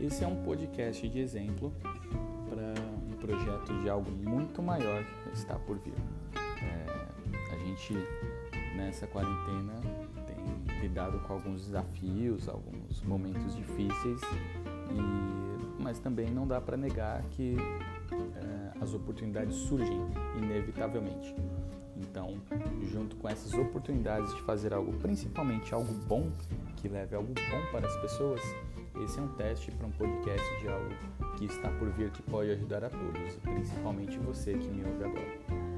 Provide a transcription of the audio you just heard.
esse é um podcast de exemplo para um projeto de algo muito maior que está por vir. A gente, nessa quarentena, tem lidado com alguns desafios, alguns momentos difíceis, mas também não dá para negar que as oportunidades surgem inevitavelmente. Então, junto com essas oportunidades de fazer algo, principalmente algo bom, que leve algo bom para as pessoas, esse é um teste para um podcast de algo que está por vir, que pode ajudar a todos, principalmente você que me ouve agora.